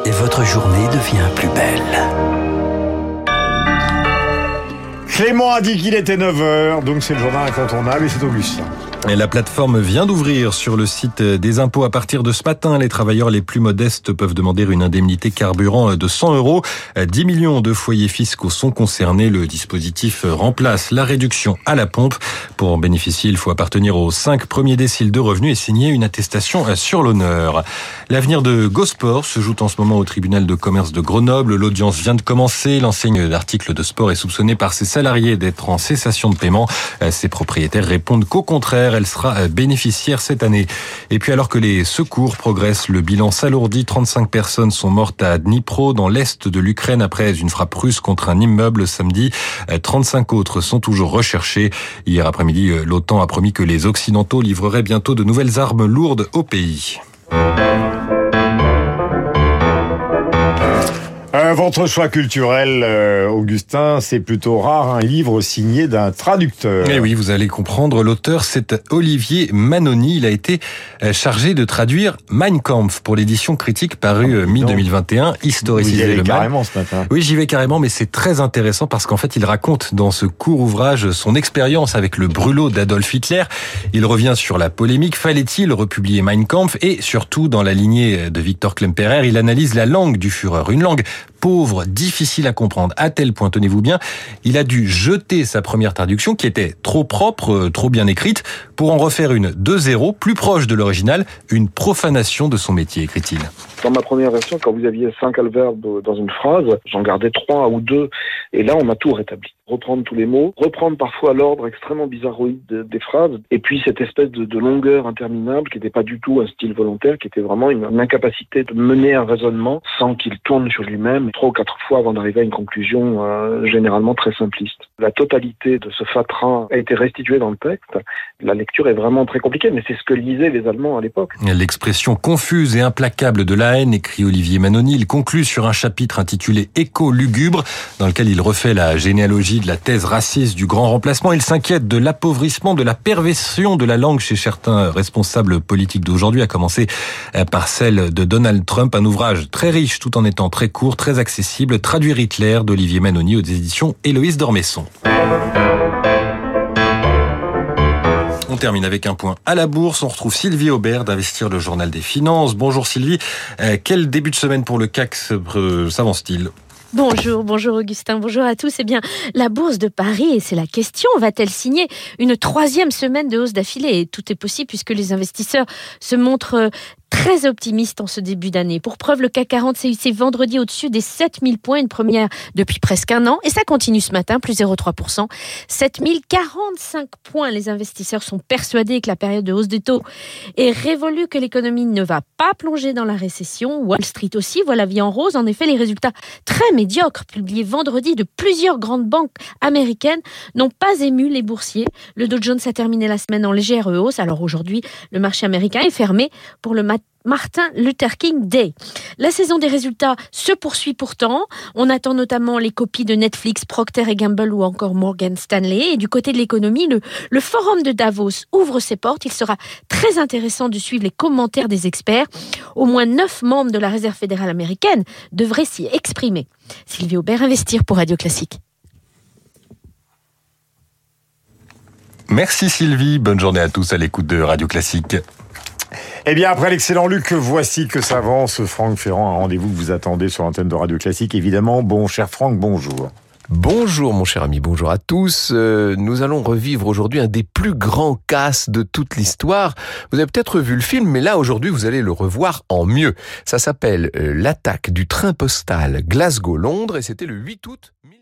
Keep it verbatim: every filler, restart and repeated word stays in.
et votre journée devient plus belle. Clément a dit qu'il était neuf heures, donc c'est le journal incontournable et c'est Augustin. Et la plateforme vient d'ouvrir sur le site des impôts à partir de ce matin. Les travailleurs les plus modestes peuvent demander une indemnité carburant de cent euros. dix millions de foyers fiscaux sont concernés. Le dispositif remplace la réduction à la pompe. Pour en bénéficier, il faut appartenir aux cinq premiers déciles de revenus et signer une attestation sur l'honneur. L'avenir de GoSport se joue en ce moment au tribunal de commerce de Grenoble. L'audience vient de commencer. L'enseigne d'articles de sport est soupçonnée par ses salariés d'être en cessation de paiement. Ses propriétaires répondent qu'au contraire, elle sera bénéficiaire cette année. Et puis alors que les secours progressent, le bilan s'alourdit. trente-cinq personnes sont mortes à Dnipro, dans l'est de l'Ukraine, après une frappe russe contre un immeuble samedi. trente-cinq autres sont toujours recherchés. Hier après-midi, l'OTAN a promis que les Occidentaux livreraient bientôt de nouvelles armes lourdes au pays. Euh, votre choix culturel, euh, Augustin, c'est plutôt rare, un livre signé d'un traducteur. Eh oui, vous allez comprendre, l'auteur, c'est Olivier Manoni. Il a été chargé de traduire Mein Kampf pour l'édition critique parue mi deux mille vingt et un, historiciser le mal. Carrément ce matin. Oui, j'y vais carrément, mais c'est très intéressant parce qu'en fait, il raconte dans ce court ouvrage son expérience avec le brûlot d'Adolf Hitler. Il revient sur la polémique, fallait-il republier Mein Kampf? Et surtout, dans la lignée de Victor Klemperer, il analyse la langue du Führer, une langue pauvre, difficile à comprendre, à tel point, tenez-vous bien, il a dû jeter sa première traduction qui était trop propre, trop bien écrite, pour en refaire une de zéro, plus proche de l'original, une profanation de son métier, écrit-il. Dans ma première version, quand vous aviez cinq adverbes dans une phrase, j'en gardais trois ou deux, et là on a tout rétabli. Reprendre tous les mots, reprendre parfois l'ordre extrêmement bizarroïde des phrases, et puis cette espèce de, de longueur interminable qui n'était pas du tout un style volontaire, qui était vraiment une, une incapacité de mener un raisonnement sans qu'il tourne sur lui-même trois ou quatre fois avant d'arriver à une conclusion euh, généralement très simpliste. La totalité de ce fatras a été restituée dans le texte. La lecture est vraiment très compliquée, mais c'est ce que lisaient les Allemands à l'époque. L'expression confuse et implacable de la haine, écrit Olivier Manoni. Il conclut sur un chapitre intitulé Écho lugubre, dans lequel il refait la généalogie de la thèse raciste du grand remplacement. Il s'inquiète de l'appauvrissement, de la perversion de la langue chez certains responsables politiques d'aujourd'hui, à commencer par celle de Donald Trump. Un ouvrage très riche tout en étant très court, très accessible. Traduire Hitler d'Olivier Manoni aux éditions Héloïse Dormesson. On termine avec un point à la bourse. On retrouve Sylvie Aubert d'Investir, le journal des finances. Bonjour Sylvie. Euh, quel début de semaine pour le C A C euh, s'avance-t-il ? Bonjour, bonjour Augustin, bonjour à tous. Eh bien, la Bourse de Paris, et c'est la question, va-t-elle signer une troisième semaine de hausse d'affilée ? Et tout est possible puisque les investisseurs se montrent très optimistes en ce début d'année. Pour preuve, le C A C quarante s'est hissé vendredi au-dessus des sept mille points, une première depuis presque un an. Et ça continue ce matin, plus zéro virgule trois pour cent. sept mille quarante-cinq points. Les investisseurs sont persuadés que la période de hausse des taux est révolue, que l'économie ne va pas plonger dans la récession. Wall Street aussi voit la vie en rose. En effet, les résultats très médiocres publiés vendredi de plusieurs grandes banques américaines n'ont pas ému les boursiers. Le Dow Jones a terminé la semaine en légère hausse. Alors aujourd'hui, le marché américain est fermé pour le matin. Martin Luther King Day. La saison des résultats se poursuit pourtant. On attend notamment les copies de Netflix, Procter et Gamble ou encore Morgan Stanley. Et du côté de l'économie, le, le forum de Davos ouvre ses portes. Il sera très intéressant de suivre les commentaires des experts. Au moins neuf membres de la Réserve fédérale américaine devraient s'y exprimer. Sylvie Aubert, Investir pour Radio Classique. Merci Sylvie. Bonne journée à tous à l'écoute de Radio Classique. Eh bien, après l'excellent Luc, voici que s'avance Franck Ferrand, un rendez-vous que vous attendez sur l'antenne de Radio Classique. Évidemment, bon, cher Franck, bonjour. Bonjour mon cher ami, bonjour à tous. Euh, nous allons revivre aujourd'hui un des plus grands casses de toute l'histoire. Vous avez peut-être vu le film, mais là aujourd'hui vous allez le revoir en mieux. Ça s'appelle euh, l'attaque du train postal Glasgow-Londres et c'était le huit août